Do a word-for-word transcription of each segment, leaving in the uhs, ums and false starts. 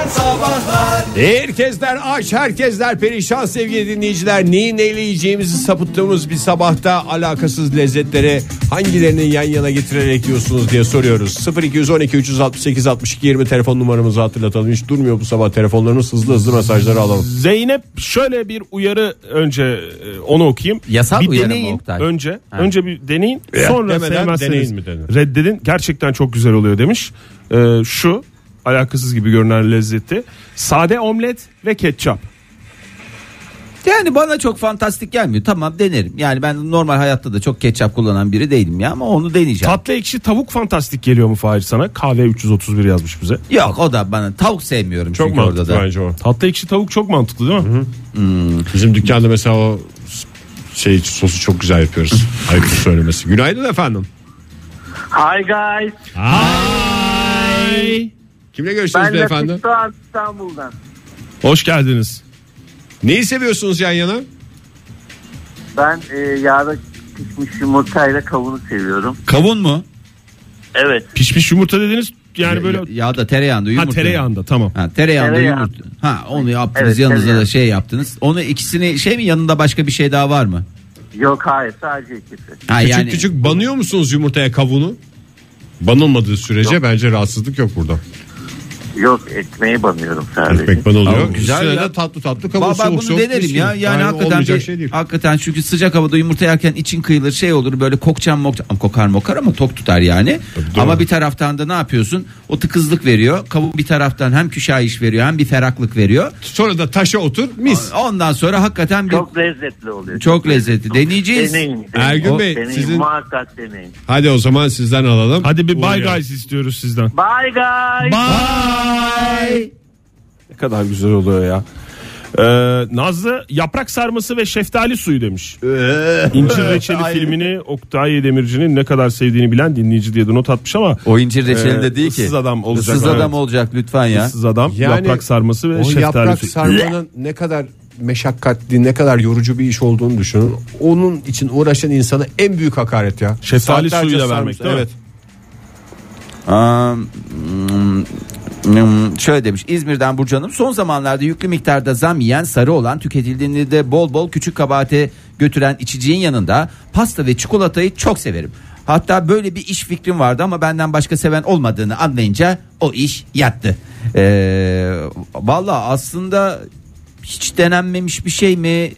Sabahlar. Herkesler aç, herkesler perişan sevgili dinleyiciler. Neyi neyle yiyeceğimizi sapıttığımız bir sabahta alakasız lezzetlere hangilerini yan yana getirerek yiyorsunuz diye soruyoruz. sıfır iki on iki üç altı sekiz altmış iki yirmi telefon numaramızı hatırlatalım. Hiç durmuyor bu sabah telefonlarımız, hızlı hızlı mesajları alalım. Zeynep şöyle bir uyarı, önce onu okuyayım. Yasal bir uyarı deneyin, mı Oktay? önce Ha. önce bir deneyin, sonra demeden sevmezseniz deneyin mi denir? reddedin. Gerçekten çok güzel oluyor demiş. Ee, şu alakasız gibi görünen lezzeti: sade omlet ve ketçap. Yani bana çok fantastik gelmiyor. Tamam, denerim. Yani ben normal hayatta da çok ketçap kullanan biri değilim ya, ama onu deneyeceğim. Tatlı ekşi tavuk fantastik geliyor mu Fahir sana? Kahve üç yüz otuz bir yazmış bize. Yok, o da bana, tavuk sevmiyorum Çok çünkü orada mantıklı da. bence o. Tatlı ekşi tavuk çok mantıklı değil mi? Hmm. Bizim dükkanda mesela o şey sosu çok güzel yapıyoruz. Ayıp söylemesi. Günaydın efendim. Hi guys. Hi. Kimle görüşüyoruz Ben de beyefendi? Fıstığan İstanbul'dan. Hoş geldiniz. Neyi seviyorsunuz yan yana? Ben e, yağda pişmiş yumurtayla kavunu seviyorum. Kavun mu? Evet. Pişmiş yumurta dediniz yani böyle. Ya da tereyağında yumurta. Ha, tereyağında, tamam. Ha, tereyağında Tereyağı. yumurta. Ha, onu yaptınız, Evet, yanınızda tereyağı. da şey yaptınız. Onu ikisini şey mi, yanında başka bir şey daha var mı? Yok, hayır, sadece ikisi. Ha, Küçük yani küçük banıyor musunuz yumurtaya kavunu? Banılmadığı sürece Yok. bence rahatsızlık yok burada. Yok, ekmeği banıyorum sadece. Ekmek banılıyor. Aa, güzel Üstüne ya. de tatlı tatlı kavun, Ba- ben soğuk bunu soğuk. denerim ya. mis gibi. Yani hakikaten olmayacak bir, şey değil. hakikaten çünkü sıcak havada yumurta yerken için kıyılır, şey olur, böyle kokcan mokcan, kokar mokar ama tok tutar yani. Tabii, Ama doğru. bir taraftan da ne yapıyorsun? O tıkızlık veriyor. Kavun bir taraftan hem küşayiş veriyor hem bir ferahlık veriyor. Sonra da taşa otur mis. Ondan sonra hakikaten bir Çok lezzetli oluyor. çok lezzetli. Deneyeceğiz. Deneyin. deneyin. Ergün O- Bey, deneyin, sizin- muhakkak deneyin. Hadi o zaman sizden alalım. Hadi bir Uğur bye ya. guys istiyoruz sizden. Bye guys. Bye. Ne kadar güzel oluyor ya. Ee, Nazlı yaprak sarması ve şeftali suyu demiş. İncir Reçeli filmini Oktay Demirci'nin ne kadar sevdiğini bilen dinleyici diye de not atmış ama O incir reçelinde Ee, değil ki. ıssız adam olacak. Issız adam Evet. olacak lütfen ya. ıssız adam, Yani yaprak sarması ve O şeftali yaprak suyu. sarmanın ne kadar meşakkatli, ne kadar yorucu bir iş olduğunu düşünün. Onun için uğraşan insana en büyük hakaret ya. Şeftali Saatlerce suyuyla sarmış, vermek değil mi? evet. Aa, hmm, hmm, şöyle demiş İzmir'den Burcu Hanım, son zamanlarda yüklü miktarda zam yiyen, sarı olan, tüketildiğinde de bol bol küçük kabahate götüren içeceğin yanında pasta ve çikolatayı çok severim. Hatta böyle bir iş fikrim vardı ama benden başka seven olmadığını anlayınca o iş yattı. Ee, Valla aslında hiç denenmemiş bir şey mi?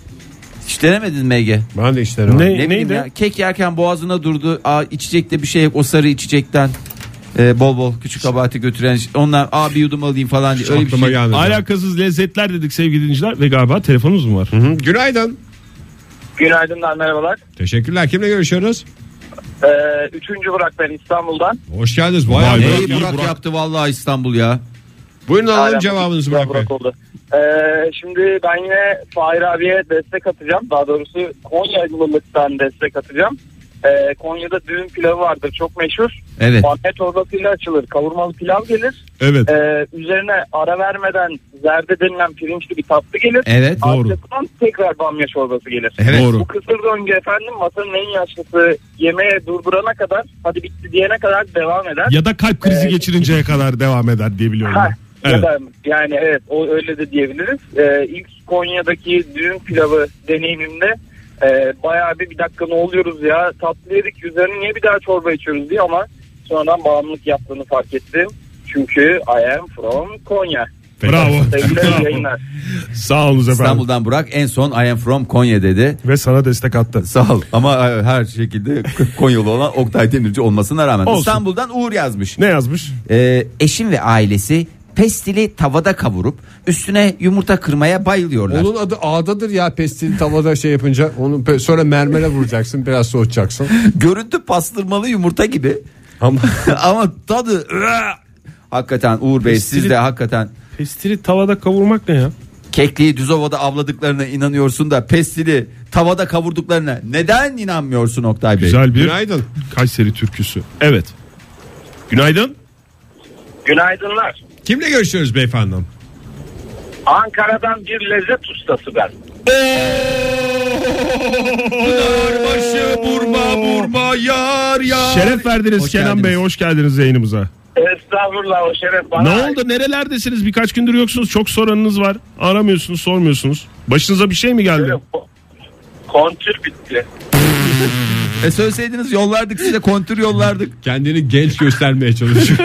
Hiç denemedin mi Ege? Ben de işte öyle. Ne? Ne bileyim neydi? ya, kek yerken boğazına durdu. Aa, içecekte bir şey yok, o sarı içecekten e, bol bol küçük kabahati götüren, onlar aa bir yudum alayım falan diye, öyle bir Aklıma şey. gelmedi. Alakasız lezzetler dedik sevgili dinleyiciler ve galiba telefonumuz mu var? Hı hı. Günaydın. Günaydınlar, merhabalar. Teşekkürler. Kimle görüşüyoruz? Ee, üçüncü Burak, ben İstanbul'dan. Hoş geldiniz. Bayağı Vay be. Burak Neyi ya. Burak, Burak. yaptı vallahi İstanbul ya. Buyurun alalım Aynen, cevabınızı Burak Burak Bey. oldu. Ee, şimdi ben yine Fahir abiye destek atacağım. Daha doğrusu Konya'lılıktan destek atacağım. Ee, Konya'da düğün pilavı vardır, çok meşhur. Evet. Bamya çorbasıyla açılır. Kavurmalı pilav gelir. Evet. Ee, üzerine ara vermeden zerde denilen pirinçli bir tatlı gelir. Evet, doğru. Arkasından tekrar bamya çorbası gelir. Evet. Doğru. Bu kısır döngü efendim masanın en yaşlısı yemeğe durdurana kadar, hadi bitti diyene kadar devam eder. Ya da kalp krizi Evet. geçirinceye kadar devam eder diye biliyorum. Ha, ben. ya Evet. da yani evet, o öyle de diyebiliriz. Ee, ilk Konya'daki düğün pilavı deneyimimde e, bayağı bir bir dakika ne oluyoruz ya, tatlı yedik, üzerine niye bir daha çorba içiyoruz diye, ama sonradan bağımlılık yaptığını fark ettim. Çünkü I am from Konya. Bravo. Sevgili yayınlar. Sağ olun efendim. İstanbul'dan Burak en son I am from Konya dedi. Ve sana destek attı. Sağ ol. Ama her şekilde Konyalı olan Oktay Demirci olmasına rağmen. Olsun. İstanbul'dan Uğur yazmış. Ne yazmış? Ee, eşim ve ailesi pestili tavada kavurup üstüne yumurta kırmaya bayılıyorlar. Onun adı ağdadır ya, pestil tavada şey yapınca. Onu pe- sonra mermere vuracaksın, biraz soğutacaksın. Görüntü pastırmalı yumurta gibi. Ama Ama tadı hakikaten Uğur Bey, siz Pestili- de hakikaten Pestili tavada kavurmak ne ya? kekliği düz ovada avladıklarına inanıyorsun da pestili tavada kavurduklarına neden inanmıyorsun Oktay Bey? Güzel bir günaydın. Kayseri türküsü. Evet. Günaydın. Günaydınlar. Kimle görüşüyoruz beyefendi? Ankara'dan bir lezzet ustası ben. Başı burma burma yar yar. Şeref verdiniz Hoş Kenan geldiniz. Bey. Hoş geldiniz yayınımıza. Estağfurullah, o şeref bana. Ne ait. oldu, nerelerdesiniz, birkaç gündür yoksunuz, çok soranınız var, aramıyorsunuz, sormuyorsunuz. Başınıza bir şey mi geldi? Kontür bitti. E söyleseydiniz yollardık size, kontür yollardık. Kendini genç göstermeye çalışıyor.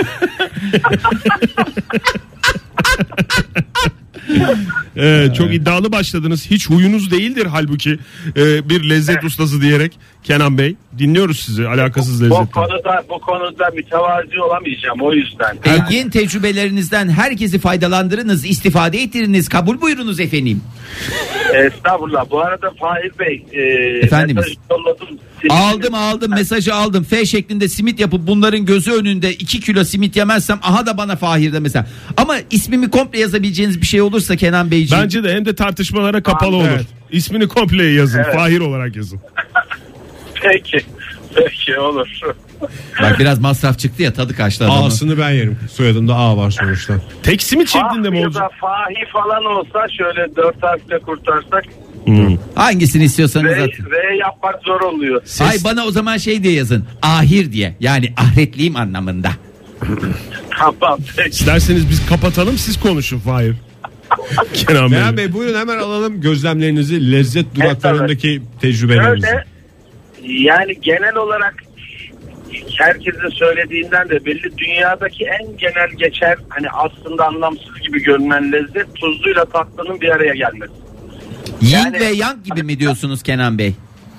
Ee, çok iddialı başladınız. Hiç huyunuz değildir halbuki ee, bir lezzet ustası diyerek. Kenan Bey, dinliyoruz sizi, alakasız Bu lezzetler. konuda bu konuda mütevazi olamayacağım, o yüzden. Engin tecrübelerinizden herkesi faydalandırınız, istifade ettiriniz, kabul buyurunuz efendim. Estağfurullah. Bu arada Fahir Bey, e, Efendimiz. mesaj yolladım. Aldım aldım mesajı aldım. F şeklinde simit yapıp bunların gözü önünde iki kilo simit yemezsem aha da bana Fahir de mesela. Ama ismimi komple yazabileceğiniz bir şey olursa Kenan Beyciğim. Bence de hem de tartışmalara kapalı olur. Evet. İsmini komple yazın, Evet. Fahir olarak yazın. Peki. Peki, olur. Bak biraz masraf çıktı ya, tadı kaçtı adamın. A'sını ben yerim. Soyadımda A var sonuçta. Tek simit şeklinde mi Fah ya olacak? da Fahi falan olsa şöyle dört harfle kurtarsak, Hmm. Hangisini istiyorsanız V, atın. V yapmak zor oluyor. Ay bana o zaman şey diye yazın. Ahir diye. Yani ahretliyim anlamında. Tamam, peki. İsterseniz biz kapatalım, siz konuşun Fahir. Kenan Bey. Kenan Bey, buyurun hemen alalım gözlemlerinizi, lezzet duraklarındaki tecrübelerinizi. Şöyle, yani genel olarak herkesin söylediğinden de belli, dünyadaki en genel geçer, hani aslında anlamsız gibi görünen lezzet, tuzluyla tatlının bir araya gelmesi. Yin Yani- ve yang gibi mi diyorsunuz Kenan Bey?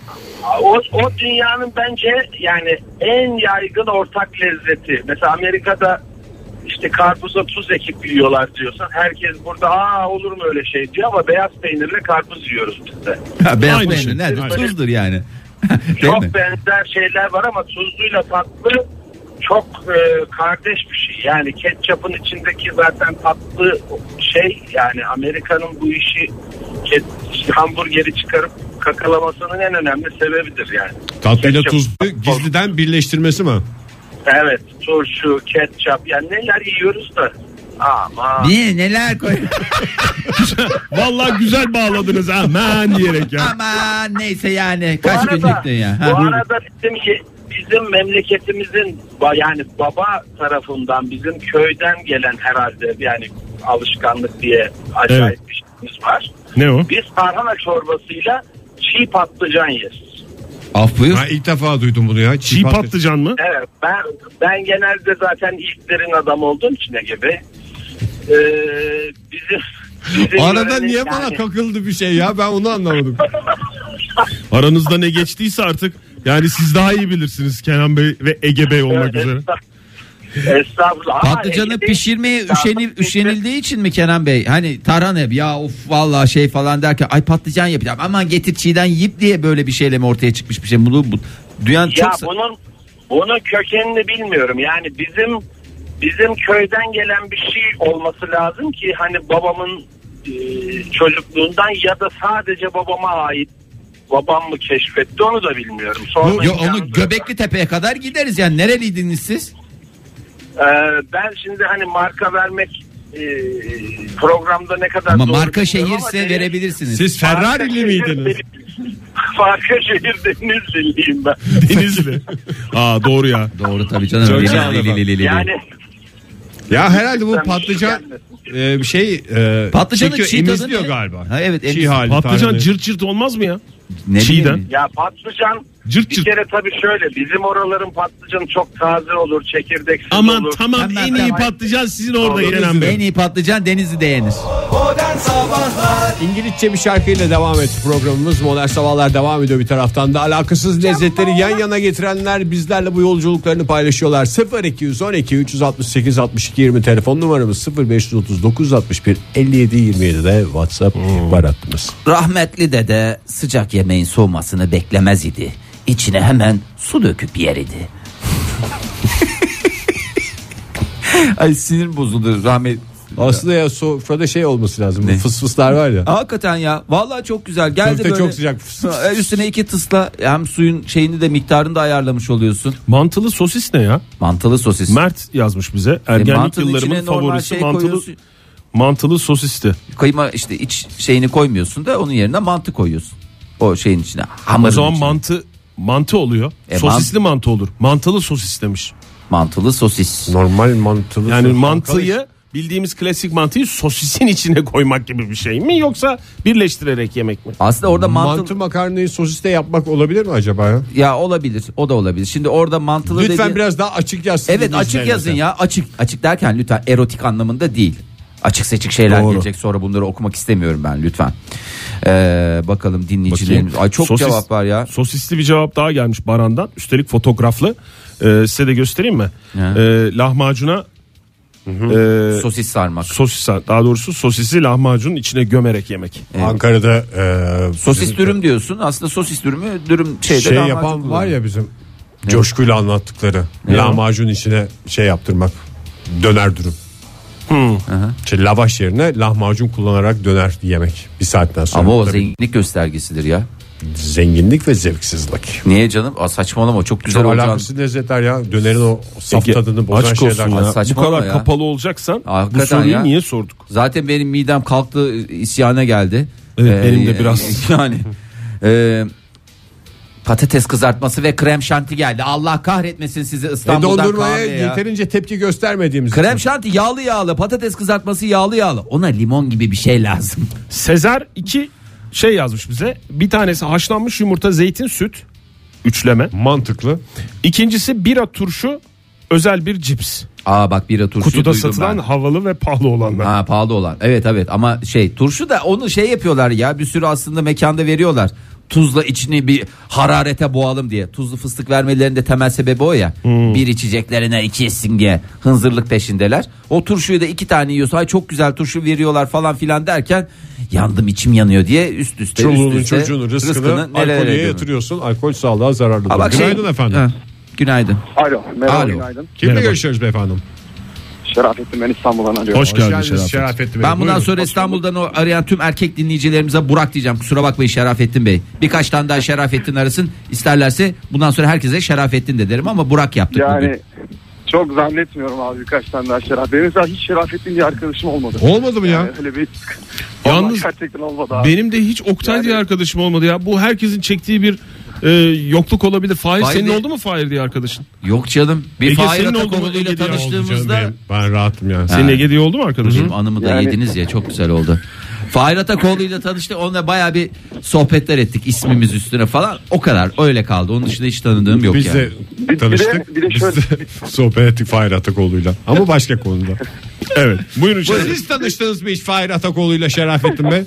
O, o dünyanın bence yani en yaygın ortak lezzeti. Mesela Amerika'da işte karpuza tuz ekip yiyorlar diyorsan, herkes burada aa olur mu öyle şey diyor, ama beyaz peynirle karpuz yiyoruz biz de. Ha, beyaz Aynı peynir şey. nedir? Aynı. Tuzdur yani. Değil Çok mi? benzer şeyler var ama tuzluyla tatlı çok e, kardeş bir şey. Yani ketçapın içindeki zaten tatlı şey, yani Amerika'nın bu işi ket, hamburgeri çıkarıp kakalamasının en önemli sebebidir yani. Tatlıyla Ketçap- tuzlu gizliden birleştirmesi mi? Evet, turşu, ketçap, yani neler yiyoruz da. Ama Bir neler koy. Vallahi güzel bağladınız ha, men diyerek ya. Aman neyse yani bu kaç arada, günlük dünya. Ha, bu buyurun. arada bizim, bizim memleketimizin ba- yani baba tarafından bizim köyden gelen herhalde yani alışkanlık diye acayip Evet. bir şeyimiz var. Ne o? Biz tarhana çorbasıyla çiğ patlıcan yeriz. Af buyur. Ha, ilk defa duydum bunu ya. Çiğ patlıcan mı? Evet, ben ben genelde zaten ilklerin adamı olduğum için Ege Bey. Ee, bizim, bizim Arada yörenin niye bana yani- kakıldı bir şey ya, ben onu anlamadım. Aranızda ne geçtiyse artık, yani siz daha iyi bilirsiniz Kenan Bey ve Ege Bey olmak Evet, üzere. estağ- Estağfurullah. Ama Patlıcanı Ege Bey- pişirmeye üşenil, üşenildiği için mi Kenan Bey? Hani tarhana ya of vallahi şey falan derken ay patlıcan yapacağım. Aman getir çiğden yiyip diye böyle bir şeyle mi ortaya çıkmış bir şey? Bunu bu, duyan Ya çok sa- bunun bunun kökenini bilmiyorum. Yani bizim bizim köyden gelen bir şey olması lazım ki hani babamın e, çocukluğundan ya da sadece babama ait, babam mı keşfetti onu da bilmiyorum. Sonra Yo, onu Göbekli Tepe'ye kadar gideriz yani. Nereliydiniz siz? Ee, ben şimdi hani marka vermek e, programda ne kadar Ama doğru marka bilmiyorum ama şehirse değil. verebilirsiniz. Siz Ferrari'li miydiniz? Marka şehir Denizliliyim ben. Denizli. Aa doğru ya. Doğru tabii canım. Çok Li- sağ olun. li- li- li- li- li. Yani Ya herhalde bu Sen bir şey patlıcan gelmesin. e, bir şey e, Patlıcanın çekiyor, çiğ tadı emizliyor ne? galiba. Ha, evet, Çiğ emizliyor. hali. Patlıcan tarzı. cırt cırt olmaz mı ya? Ne Çiğden. bileyim. ya patlıcan Cırt bir cırt. kere tabii şöyle, bizim oraların patlıcanı çok taze olur, çekirdeksiz Aman olur. tamam, Hemen, en iyi hemen. patlıcan sizin orada Doğru. Kenan Bey. En iyi patlıcan Denizli'de yenir. İngilizce bir şarkıyla devam etti programımız. Modern Sabahlar devam ediyor bir taraftan da. Alakasız lezzetleri yan yana getirenler bizlerle bu yolculuklarını paylaşıyorlar. sıfır iki on iki üç altı sekiz altmış iki yirmi telefon numaramız, sıfır beş otuz dokuz altmış bir elli yedi yirmi yedi de WhatsApp ihbar hattımız. Rahmetli dede sıcak yemeğin soğumasını beklemez idi. İçine hemen su döküp yer idi. Ay sinir bozuldu rahmet. Aslında ya sofrada şey olması lazım. Ne? Fıs fıslar var ya. Hakikaten ya. Vallahi çok güzel. Geldi Köfte böyle. çok sıcak. Üstüne iki tısla hem suyun şeyini de miktarını da ayarlamış oluyorsun. Mantılı sosis ne ya? Mantılı sosis. Mert yazmış bize. Ergenlik E, mantının yıllarımın içine normal favorisi şey mantılı koyuyorsun. mantılı sosisti. Kıyma işte iç şeyini koymuyorsun da onun yerine mantı koyuyorsun. O şeyin içine. O Hamurun zaman içine. mantı mantı oluyor. E, Sosisli mantı olur. Mantılı sosis demiş. Mantılı sosis. Normal mantılı. Yani sosis. mantıyı, bildiğimiz klasik mantıyı sosisin içine koymak gibi bir şey mi, yoksa birleştirerek yemek mi? Aslında orada mantı, Mantı makarnayı sosiste yapmak olabilir mi acaba ya? ya olabilir, o da olabilir. Şimdi orada mantılı Lütfen dedi... biraz daha açık yazsın. Evet, açık yazın ya, açık açık derken lütfen erotik anlamında değil. Açık seçik şeyler Doğru. gelecek, sonra bunları okumak istemiyorum ben lütfen. Ee, bakalım dinleyicilerimiz. Ay çok Sosis- cevap var ya. Sosisli bir cevap daha gelmiş Baran'dan. Üstelik fotoğraflı. Ee, size de göstereyim mi? Ha. Ee, lahmacuna e, Sosis sarmak. sosis, daha doğrusu sosisi lahmacunun içine gömerek yemek. Ankara'da e, Sosis bizim- dürüm diyorsun. Aslında sosis dürümü dürüm şeyde şey lahmacun yapan var kullanıyor. ya bizim coşkuyla anlattıkları. Ne Lahmacun içine şey yaptırmak. Döner dürüm. Şey, lavaş yerine lahmacun kullanarak döner yemek bir saatten sonra. Ama o Tabii zenginlik göstergesidir ya. zenginlik ve zevksizlik. Niye canım? Aa, saçmalama, çok güzel Çok olacak. alakasız lezzetler ya. Dönerin o saf Ege, tadını bozan aşk şeyler. olsun ya. Bu Saçmalama kadar ya. kapalı olacaksan bu Hakikaten soruyu ya. niye sorduk? Zaten benim midem kalktı, isyana geldi. Evet, benim de biraz. Yani e, patates kızartması ve krem şanti geldi. Allah kahretmesin sizi E, İstanbul'dan dondurmaya kahve ya. yeterince tepki göstermediğimiz Krem için. şanti yağlı yağlı, patates kızartması yağlı yağlı. Ona limon gibi bir şey lazım. Sezer iki şey yazmış bize. Bir tanesi haşlanmış yumurta, zeytin, süt. Üçleme. Mantıklı. İkincisi bira, turşu, özel bir cips. Aa bak, bira turşuyu Kutuda duydum satılan ben. havalı ve pahalı olanlar. Ha, pahalı olan. Evet evet, ama şey, turşu da onu şey yapıyorlar ya, bir sürü aslında mekanda veriyorlar. Tuzla içini bir hararete boğalım diye. Tuzlu fıstık vermelerinin de temel sebebi o ya. Hmm. Bir içeceklerine iki yesin diye hınzırlık peşindeler. O turşuyu da iki tane yiyorsa, ay çok güzel turşu veriyorlar falan filan derken, yandım içim yanıyor diye üst üste Çoluğunun üst üste çocuğunun rızkını, nerelere alkolye gömüyor. yatırıyorsun. Alkol sağlığa zararlı. Ha, bak şey- Günaydın efendim. Ha, günaydın. Alo. Merhaba, Alo. günaydın. Kimle Merhaba. görüşüyoruz beyefendi? Şerafettin, ben İstanbul'dan arıyorum. Hoş geldin geldiniz Şerafet. Şerafettin Bey. Ben bundan Buyurun. sonra İstanbul'dan o arayan tüm erkek dinleyicilerimize Burak diyeceğim. Kusura bakmayın Şerafettin Bey. Birkaç tane daha Şerafettin arasın. İsterlerse bundan sonra herkese Şerafettin de derim, ama Burak yaptık Yani bugün. çok zannetmiyorum abi birkaç tane daha Şerafettin. Benim mesela hiç Şerafettin diye arkadaşım olmadı. Olmadı mı ya? Yani öyle bir... Yalnız Vallahi gerçekten olmadı abi. Benim de hiç Oktay Yani- diye arkadaşım olmadı ya. Bu herkesin çektiği bir e, yokluk olabilir. Fahir, Fahir senin de- oldu mu Fahir diye arkadaşın? Yok canım. Bir Ege, Fahir senin oldu mu? Atakoğlu ile Ege diye oldu Oldu canım tanıştığımızda benim. Ben rahatım yani. Senin Ege diye oldu mu arkadaşın? benim anımı da Yani- yediniz ya, çok güzel oldu. Fahir Atakoğlu ile tanıştık. Onunla bayağı bir sohbetler ettik ismimiz üstüne falan. O kadar, öyle kaldı. Onun dışında hiç tanıdığım yok Biz yani. de Bir- tanıştık. bir de- bir de Biz şöyle- de sohbet ettik Fahir Atakoğlu'yla. Ama başka konuda. Evet. Buyurun Şerafet. Siz tanıştınız mı hiç Fahir Atakoğlu'yla Şerafettin Bey?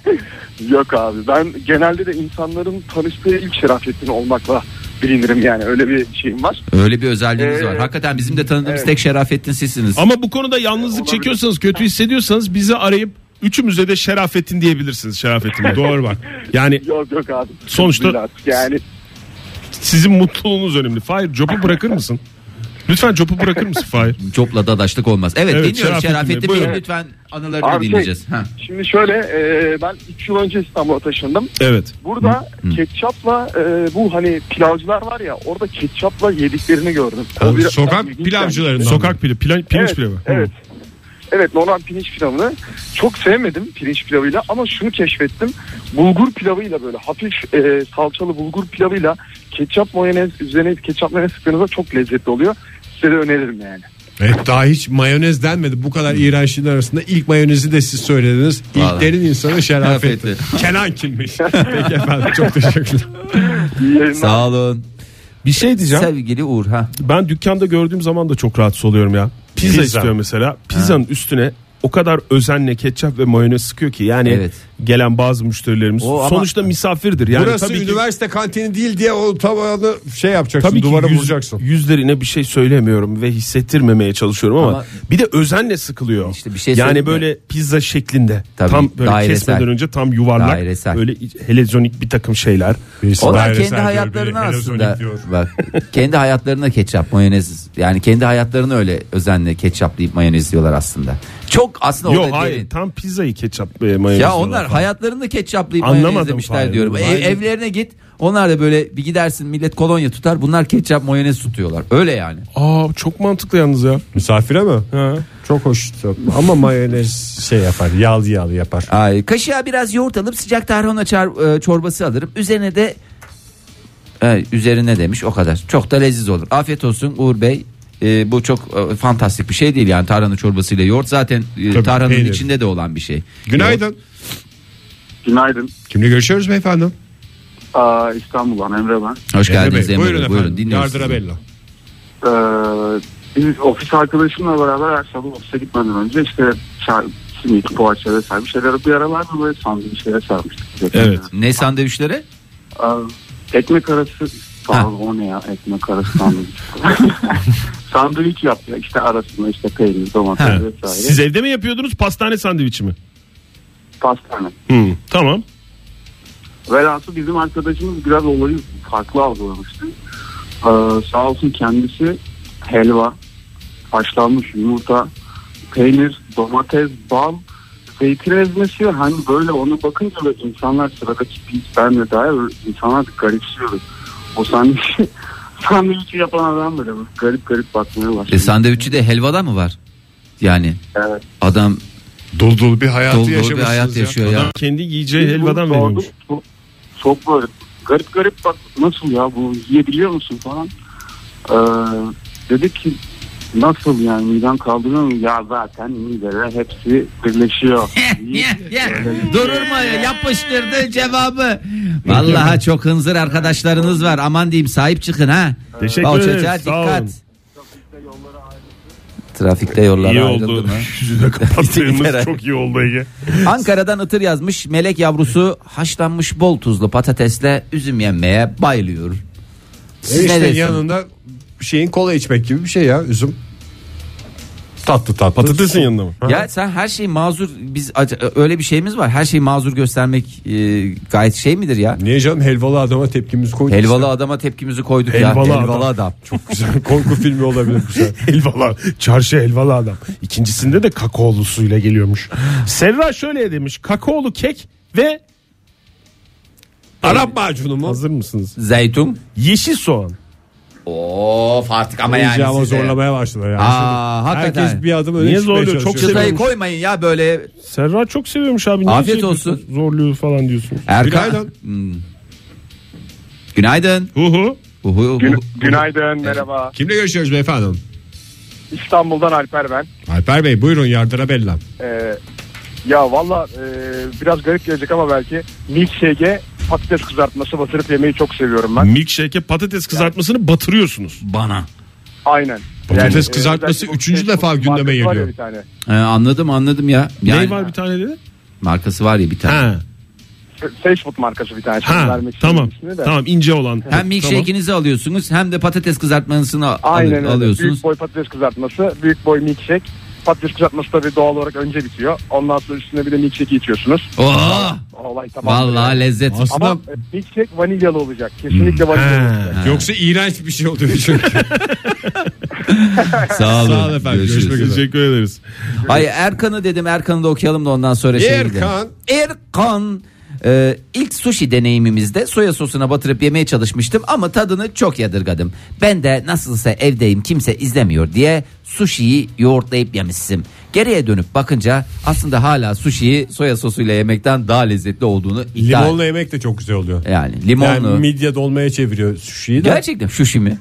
Yok abi, ben genelde de insanların tanıştığı ilk Şerafettin olmakla bilinirim, yani öyle bir şeyim var. Öyle bir özelliğiniz Ee, var. Hakikaten bizim de tanıdığımız evet. tek Şerafettin sizsiniz. Ama bu konuda yalnızlık Olabilir. çekiyorsanız, kötü hissediyorsanız bizi arayıp üçümüze de Şerafettin diyebilirsiniz. Şerafettin Bey. Doğru bak. Yani Yok yok abi. Sonuçta- Değil artık. Yani sizin mutluluğunuz önemli. Fahir, jopu bırakır mısın? Lütfen jopu bırakır mısın Fahir? Çopla dadaşlık olmaz. Evet, Evet, dinliyoruz Şerafettin Bey, Şerafettin Bey'in buyurun. lütfen anılarını Abi şey- dinleyeceğiz. Ha. şimdi şöyle, e, ben üç yıl önce İstanbul'a taşındım. Evet. Burada ketçapla e, bu hani pilavcılar var ya, orada ketçapla yediklerini gördüm. O O bir- sokak ilginç pilavcılarından. geldi. Sokak pilavı, pila- pirinç Evet, pilavı. evet. Evet, normal pirinç pilavını çok sevmedim, pirinç pilavıyla, ama şunu keşfettim. Bulgur pilavıyla, böyle hafif e, salçalı bulgur pilavıyla ketçap mayonez üzerine ketçap mayonez sıktığınızda çok lezzetli oluyor. Size de öneririm yani. Evet, daha hiç mayonez denmedi. Bu kadar iğrençliğin arasında ilk mayonezi de siz söylediniz. Vallahi. İlklerin insanı Şerafettin. Şerafettin. Kenan kimmiş? Peki efendim, çok teşekkürler. İyi yayınlar. Sağ olun. Bir şey diyeceğim. Sevgili Uğur. Ha. Ben dükkanda gördüğüm zaman da çok rahatsız oluyorum ya. Pizza, Pizza. istiyor mesela. Pizzanın üstüne o kadar özenle ketçap ve mayonez sıkıyor ki, yani Evet. gelen bazı müşterilerimiz O ama- sonuçta misafirdir. Yani Burası tabii ki, üniversite kantini değil diye o tavanı şey yapacaksın, tabii ki duvara yüz- vuracaksın. yüzlerine bir şey söylemiyorum ve hissettirmemeye çalışıyorum ama, Ama- bir de özenle sıkılıyor. İşte bir şey yani söyleyeyim mi? böyle pizza şeklinde. Tabii, tam böyle dairesel. kesmeden önce tam yuvarlak. Dairesel. Böyle helezyonik bir takım şeyler. Birisi Onlar dairesel kendi diyor, hayatlarına biri aslında helezonlik diyor. bak, kendi hayatlarına ketçap mayonez, yani kendi hayatlarını öyle özenle ketçaplayıp mayonezliyorlar aslında. Çok aslında Yok orada hayır, derin. tam pizzayı ketçap ve mayonez. Ya diyorlar onlar falan. hayatlarını ketçaplayıp Anlamadım mayonezlemişler Fahir. diyorum. Ev- Aynen. evlerine git. Onlar da böyle bir gidersin, millet kolonya tutar. Bunlar ketçap mayonez tutuyorlar. Öyle yani. Aa, çok mantıklı yalnız ya. Misafire mi? Ha. Çok hoş. Ama mayonez şey yapar, yağlı yağlı yapar. Ay, kaşığa biraz yoğurt alıp sıcak tarhana çar- e, çorbası alırım. Üzerine de e, üzerine demiş, o kadar. Çok da leziz olur. Afiyet olsun Uğur Bey. e, bu çok e, fantastik bir şey değil yani tarhana çorbasıyla yoğurt zaten e, Tabii, tarhananın peynir. içinde de olan bir şey. Günaydın. Yoğurt. Günaydın. Kimle görüşüyoruz beyefendi? Aa, İstanbul'dan Emre ben. Hoş geldiniz Emre Bey. Buyurun, Buyurun, efendim. dinliyoruz Yardıra sizi. Bella. Ee, biz ofis arkadaşımla beraber her sabah ofise gitmeden önce işte çay, simit, poğaça vesaire bir şeyler bir aralar da böyle sandviçlere sarmıştık. Evet. Ne sandviçleri? Aa, ekmek arası pardon, o ne ya ekmek arası sandviç. Sandviç yapıyor işte arasında işte peynir, domates Ha. vesaire. Siz evde mi yapıyordunuz pastane sandviçi mi? Pastane. Hmm, tamam. Velhasıl bizim arkadaşımız biraz olayı farklı algılamıştı. Ee, sağ olsun kendisi helva, haşlanmış yumurta, peynir, domates, bal, zeytin ezmesi, hani böyle ona bakınca böyle insanlar sıradaki biz ben de dahil insanlar garipsiyoruz. O sandviçi sandviçi yapan adam böyle garip garip bakmaya başladı. E, sandviçi de helvada mı var? Yani Evet. adam Dolu dolu bir hayatı dolu dolu bir yaşamışsınız hayat ya. yaşıyor ya. Adam kendi yiyeceği Biz helvadan bunu veriyormuş. sorduk, Çok, çok böyle garip garip bak nasıl ya bu yiyebiliyor musun falan. Ee, dedik ki nasıl yani miden kaldırıyor mu? Ya zaten midede hepsi birleşiyor. Durur mu? Yapıştırdı cevabı. Vallahi çok hınzır arkadaşlarınız var. Aman diyeyim sahip çıkın ha. Teşekkür Bak, ederiz, çocuğa sağ olun. dikkat. Trafikte yollara İyi ayrıldı oldu. mı? Yüzü de kapattığımız Bir kere. çok iyi oldu Ege. Ankara'dan Itır yazmış. Melek yavrusu haşlanmış bol tuzlu patatesle üzüm yenmeye bayılıyor. Siz ne İşte dersiniz? yanında şeyin kola içmek gibi bir şey ya, üzüm. Tatlı tatlı. Patatesin yanında mı? Ha? Ya sen her şey mazur, biz ac- öyle bir şeyimiz var. Her şeyi mazur göstermek e, gayet şey midir ya? Niye canım, helvalı adama tepkimizi koyduk. Helvalı işte. adama tepkimizi koyduk Helvalı ya. adam. Helvalı adam. Çok güzel korku filmi olabilir bu sefer. Helvalı, çarşı helvalı adam. İkincisinde de kakaolu suyla geliyormuş. Serra şöyle demiş: kakaolu kek ve Arap macunu mu? hazır mısınız? Zeytun. Yeşil soğan. Of artık ama yani İyice ama size. zorlamaya başladı yani. Aa, hakikaten. Herkes bir adım öne Niye çıkmaya zorluyor? Çok çalışıyor. seviyorum. Çıtayı koymayın ya böyle. Serra çok seviyormuş abi. Niye Afiyet şey olsun. yapıyorsunuz? Zorluyor falan diyorsunuz. Erkan. Günaydın. Hmm. Günaydın. Hu hu. Uhu, uhu. Gün, günaydın, merhaba. Kimle görüşüyoruz beyefendi? İstanbul'dan Alper ben. Alper Bey buyurun, yardıra Bella. Ee, ya valla e, biraz garip gelecek ama belki milkshake'e patates kızartması batırıp yemeyi çok seviyorum ben. Milkshake'e patates kızartmasını batırıyorsunuz. Bana. Aynen. Patates e, kızartması özellikle bu üçüncü Facebook defa gündeme markası var geliyor. ya bir tane. Ee, anladım anladım ya. Yani Ne var bir tane dedi? markası var ya bir tane. Ha. Facebook markası bir tane. Şimdi Ha. vermek istemiyorum Tamam. ismini de. Tamam, ince olan. Hem milkshake'inizi alıyorsunuz hem de patates kızartmasını al- Aynen öyle. alıyorsunuz. Büyük boy patates kızartması, büyük boy milkshake. Patates kızartması tabii doğal olarak önce bitiyor. Ondan sonra üstüne bir de milkshake'i içiyorsunuz. Oh! Olay tamam. Vallahi lezzet. Aslında Ama e, milkshake vanilyalı olacak. Kesinlikle vanilyalı Ha. olacak. yoksa iğrenç bir şey oluyor çünkü. Sağ olun. Sağ olun efendim, Görüşürüz. görüşmek üzere. Teşekkür ederiz. Ay Erkan'ı dedim, Erkan'ı da okuyalım da ondan sonra şey gidelim. Erkan. Erkan. Ee, ilk sushi deneyimimizde soya sosuna batırıp yemeye çalışmıştım ama tadını çok yadırgadım. Ben de nasılsa evdeyim, kimse izlemiyor diye sushi'yi yoğurtlayıp yemişsim. Geriye dönüp bakınca aslında hala sushi'yi soya sosuyla yemekten daha lezzetli olduğunu iddia. Limonla yemek de çok güzel oluyor. Yani limonlu. Yani midye dolmaya çeviriyor sushi'yi de. Gerçekten sushi mi?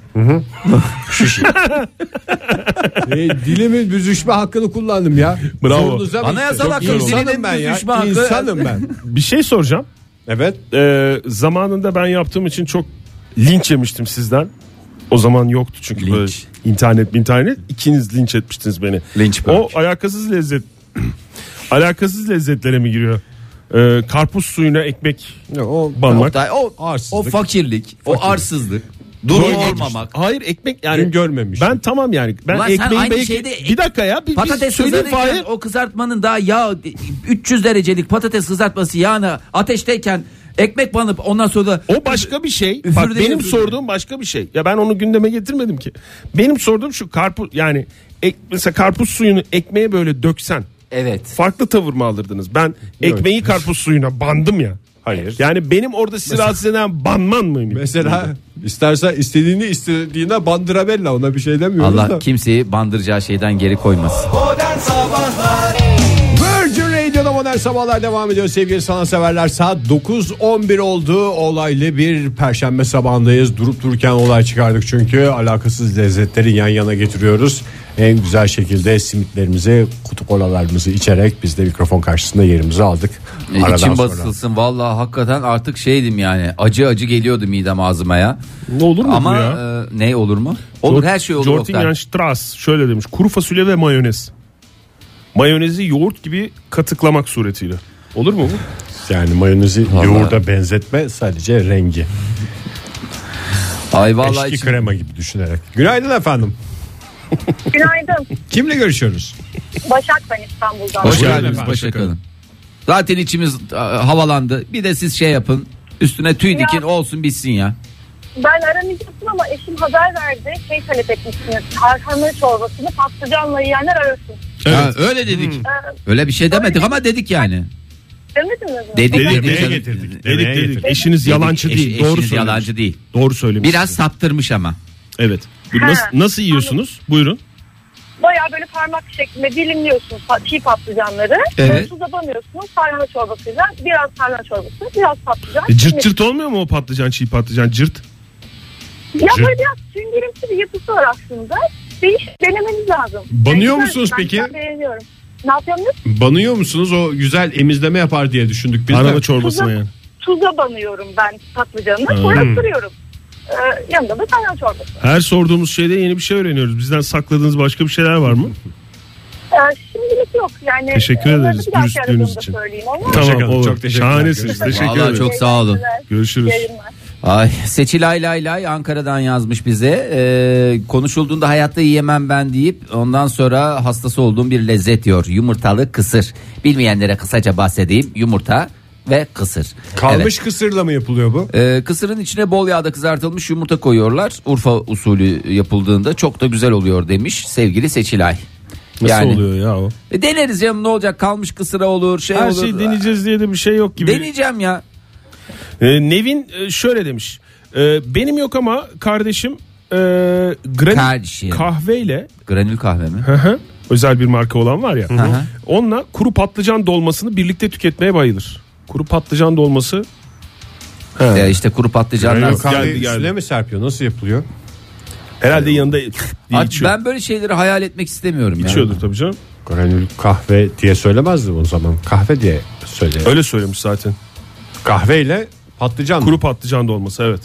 E, dilimin büzüşme hakkını kullandım ya. Bravo. Zorunuza mı Anayasal gitti? hakkı, İnsanım dilinin ben ya. büzüşme hakkı. İnsanım ben. Bir şey soracağım. Evet. Ee, zamanında ben yaptığım için çok linç yemiştim sizden. O zaman yoktu çünkü Linç. böyle internet internet. İkiniz linç etmiştiniz beni. Linç O alakasız lezzet alakasız lezzetlere mi giriyor? Ee, karpuz suyuna ekmek O banmak. Oktay, o, Arsızlık. o fakirlik, o arsızlık, durum olmamak. Hayır, ekmek yani Gün görmemiş. ben tamam yani ben Ulan sen ekmeği aynı belki şeyde bir dakika ya bir, bir Patates söyleyeyim kızarırken Fahir. o kızartmanın daha yağ üç yüz derecelik patates kızartması yağını ateşteyken ekmek banıp ondan sonra da O başka bir şey. Üfür Bak de benim üfür de. sorduğum başka bir şey. Ya ben onu gündeme getirmedim ki. Benim sorduğum şu karpuz yani ek, mesela karpuz suyunu ekmeğe böyle döksen evet. farklı tavır mı alırdınız? Ben ekmeği karpuz suyuna bandım ya. Hayır. Yani benim orada sizi rahatsız eden banman mıyım? Mesela istersen istediğini istediğine bandırabella, ona bir şey demiyoruz Allah da. kimseyi bandıracağı şeyden geri koymasın. Virgin Radio'da Modern Sabahlar devam ediyor sevgili sanatseverler. Saat dokuz on bir oldu. Olaylı bir perşembe sabahındayız. Durup dururken olay çıkardık çünkü alakasız lezzetleri yan yana getiriyoruz. En güzel şekilde simitlerimizi, kutu kolalarımızı içerek biz de mikrofon karşısında yerimizi aldık. E, İçim basılsın vallahi, hakikaten artık şeydim yani, acı acı geliyordu midem ağzıma ya. Ne olur mu Ama bu ya? e, ne olur mu? Olur, her şey olur. Jortingen Strass şöyle demiş: kuru fasulye ve mayonez. Mayonezi yoğurt gibi katıklamak suretiyle. Olur mu bu? Yani mayonezi Vallahi. yoğurda benzetme, sadece rengi. Ay vallahi Eşki içim... krema gibi düşünerek. Günaydın efendim. Günaydın. Kimle görüşüyoruz? Başak ben İstanbul'dan. Hoş Hoş geldiniz geldiniz Başak Başak Hanım. Hanım. Zaten içimiz e, havalandı. Bir de siz şey yapın. Üstüne tüy Ya. dikin, olsun bitsin ya. Ben aramayacaktım ama eşim haber verdi. Şey talep etmişsiniz. Tarhana çorbasını patlıcanla yiyenler arasın. Evet. Ha, öyle dedik. Ee, Öyle bir şey demedik ama dedik yani. demediniz mi? Dedik Dedik, dedik. demeye canım. getirdik. Dedik Demeye dedik. getirdik. Eşiniz yalancı Eş- değil. Doğru eşiniz söylemiş. yalancı değil. Doğru söylemiş. Biraz saptırmış ama. Evet. Bu Ha. nasıl, nasıl yiyorsunuz? Buyurun. Bayağı böyle parmak şeklinde dilimliyorsunuz pa- çiğ patlıcanları. Evet. Tuza banıyorsunuz tarhana çorbasıyla. Biraz tarhana çorbası, biraz patlıcan. E, cırt cırt olmuyor mu o patlıcan, çiğ patlıcan cırt? Ya böyle biraz süngerimsi bir yapısı var aslında. Değiş denemeniz lazım. Banıyor Yani musunuz ben peki? çok beğeniyorum. Ne yapıyorsunuz? Banıyor musunuz? O güzel emizleme yapar diye düşündük biz Arama de. çorbasına Tuza, yani. tuza banıyorum ben patlıcanı. Hmm. Sonra ısırıyorum. Ee, yanında da tarhana çorbası. Her sorduğumuz şeyde yeni bir şey öğreniyoruz. Bizden sakladığınız başka bir şeyler var mı? Ee, şimdilik yok. Yani Teşekkür onları ederiz bir dahaki dürüstlüğünüz aradığımda için. söyleyeyim ama. Tamam, Hoşçakalın. olur. Çok teşekkürler. Şahanesiniz. Teşekkür Vallahi ederim. çok sağ olun. Görüşürüz. Yayınlar. Ay, Seçilay Lay Lay Ankara'dan yazmış bize. Ee, konuşulduğunda hayatta yiyemem ben deyip ondan sonra hastası olduğum bir lezzet diyor. Yumurtalı kısır. Bilmeyenlere kısaca bahsedeyim. Yumurta ve kısır. Kalmış kısırla mı yapılıyor bu? Evet. Ee, kısırın içine bol yağda kızartılmış yumurta koyuyorlar. Urfa usulü yapıldığında çok da güzel oluyor demiş sevgili Seçilay. Nasıl oluyor ya o? E, deneriz canım, ne olacak, kalmış kısıra olur şey Her olur. şey deneyeceğiz diye de bir şey yok gibi. Deneyeceğim ya. Ee, Nevin e, şöyle demiş. Ee, benim yok ama kardeşim e, granül Kardeşim. kahveyle Granül kahve mi? hı hı, özel bir marka olan var ya. hı. Onunla kuru patlıcan dolmasını birlikte tüketmeye bayılır. Kuru patlıcan dolması. He. Ya işte kuru patlıcanlar. Yani Yok, kahve geldi, üstüne geldi. mi serpiyor? Nasıl yapılıyor? Herhalde yanında diye Abi içiyor. ben böyle şeyleri hayal etmek istemiyorum ya. İçiyordur tabii canım. Granül kahve diye söylemezdi o zaman. Kahve diye söylüyor. Öyle söylemiş zaten. Kahveyle patlıcan. Kuru patlıcan dolması, evet.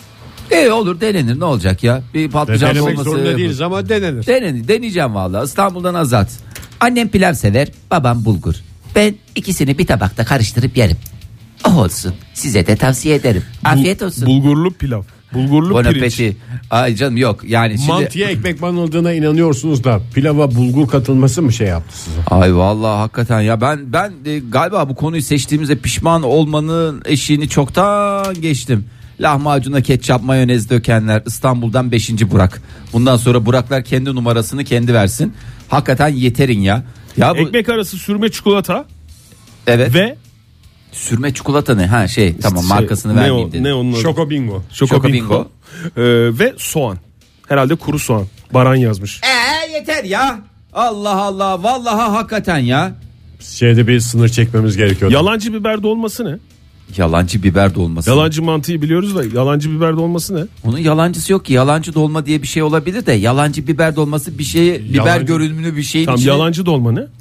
E olur, denenir, ne olacak ya? Bir patlıcan Denemek dolması. zorunda yapın. değiliz ama denenir. Denenir, deneyeceğim vallahi. İstanbul'dan Azat. Annem pilav sever, babam bulgur. Ben ikisini bir tabakta karıştırıp yerim. O olsun. Size de tavsiye ederim. Afiyet olsun. Bulgurlu pilav. Bulgurlu Bon pirinç. appétit. Ay canım yok yani şimdi. Mantıya ekmek banıldığına inanıyorsunuz da pilava bulgur katılması mı şey yaptı size? Ay vallahi hakikaten ya, ben ben e, galiba bu konuyu seçtiğimizde pişman olmanın eşiğini çoktan geçtim. Lahmacuna ketçap mayonez dökenler, İstanbul'dan beşinci Burak. Bundan sonra Buraklar kendi numarasını kendi versin. Hakikaten yeterin ya. Ya bu Ekmek arası sürme çikolata evet. ve Sürme çikolata ne? Ha şey tamam, şey, markasını ne vermeyeyim o- dedim. Ne onun adı? Şoko bingo. Şoko, Şoko bingo. bingo. Ee, ve soğan. Herhalde kuru soğan. Baran yazmış. Ee yeter ya. Allah Allah, vallahi hakikaten ya. Şeyde bir sınır çekmemiz gerekiyor. Yalancı biber dolması ne? Yalancı biber dolması. Yalancı mantıyı biliyoruz da yalancı biber dolması ne? Onun yalancısı yok ki. Yalancı dolma diye bir şey olabilir de yalancı biber dolması bir şeyi, biber Yalancı- görünümlü bir şeyin Tam içine. yalancı dolma ne?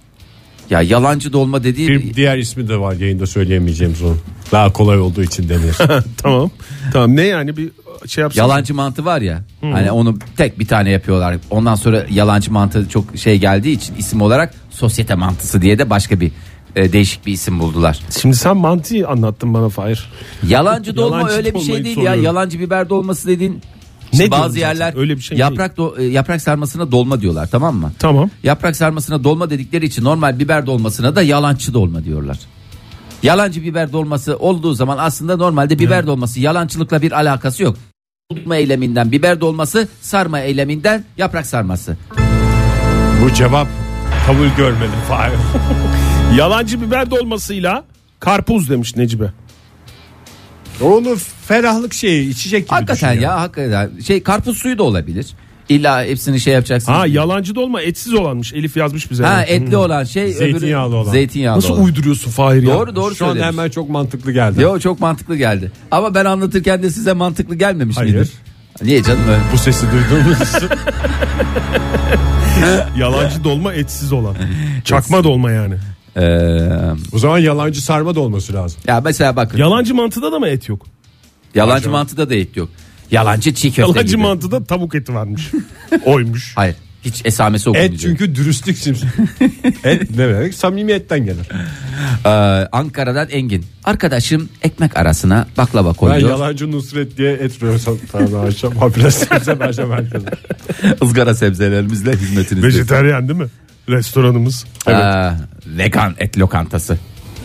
Ya yalancı dolma dediği Bir diğer ismi de var, yayında söyleyemeyeceğimiz onun. Daha kolay olduğu için denir. Tamam. Tamam, ne yani bir şey yapsın. yalancı mantı var ya. Hani onu tek bir tane yapıyorlar. Ondan sonra yalancı mantı çok şey geldiği için isim olarak sosyete mantısı diye de başka bir e, değişik bir isim buldular. Şimdi sen mantıyı anlattın bana Fahir. Yalancı dolma Yalancı öyle bir şey dolmayı değil ya. soruyorum. Yalancı biber dolması dediğin Ne işte diyorum bazı zaten, yerler öyle bir şey yaprak do- e, yaprak sarmasına dolma diyorlar, tamam mı? Tamam. Yaprak sarmasına dolma dedikleri için normal biber dolmasına da yalancı dolma diyorlar. Yalancı biber dolması olduğu zaman aslında normalde biber dolması yalancılıkla bir alakası yok. Tutma eyleminden biber dolması, sarma eyleminden yaprak sarması. Bu cevap kabul görmedi. Fahir. Yalancı biber dolmasıyla karpuz demiş Necibe. Onu ferahlık şeyi, içecek gibi Hakikaten düşün ya, hakikaten şey, karpuz suyu da olabilir. İlla hepsini şey yapacaksınız. Ha yalancı dolma etsiz olanmış. Elif yazmış bize. Ha etli olan şey. Zeytinyağlı öbürü, olan. Zeytinyağlı Nasıl olan. uyduruyorsun Fahir ya? Doğru doğru Şu an söylemiş. hemen çok mantıklı geldi. Yo çok mantıklı geldi. Ama ben anlatırken de size mantıklı gelmemiş Hayır. miydi? Niye canım öyle? Bu sesi duyduğumuz Yalancı dolma etsiz olan. Çakma dolma yani. Ee, o zaman yalancı sarma da olması lazım. ya mesela bakın. Yalancı mantıda da mı et yok? Yalancı mantıda da et yok. Yalancı çiğ köfte Yalancı gibi. mantıda tavuk eti varmış. Oymuş. Hayır. Hiç esamesi okunmayacak. Et çünkü dürüstlük simsi. Et ne demek? Samimiyetten gelir. Ee, Ankara'dan Engin. Arkadaşım ekmek arasına baklava Ben koyuyor. yalancı Nusret diye et rövesatarını açacağım. Habire sebze vereceğim herkese. Izgara sebzelerimizle hizmetinizde. Vejeteryan değil mi? Restoranımız. Evet. Ee, vegan et lokantası.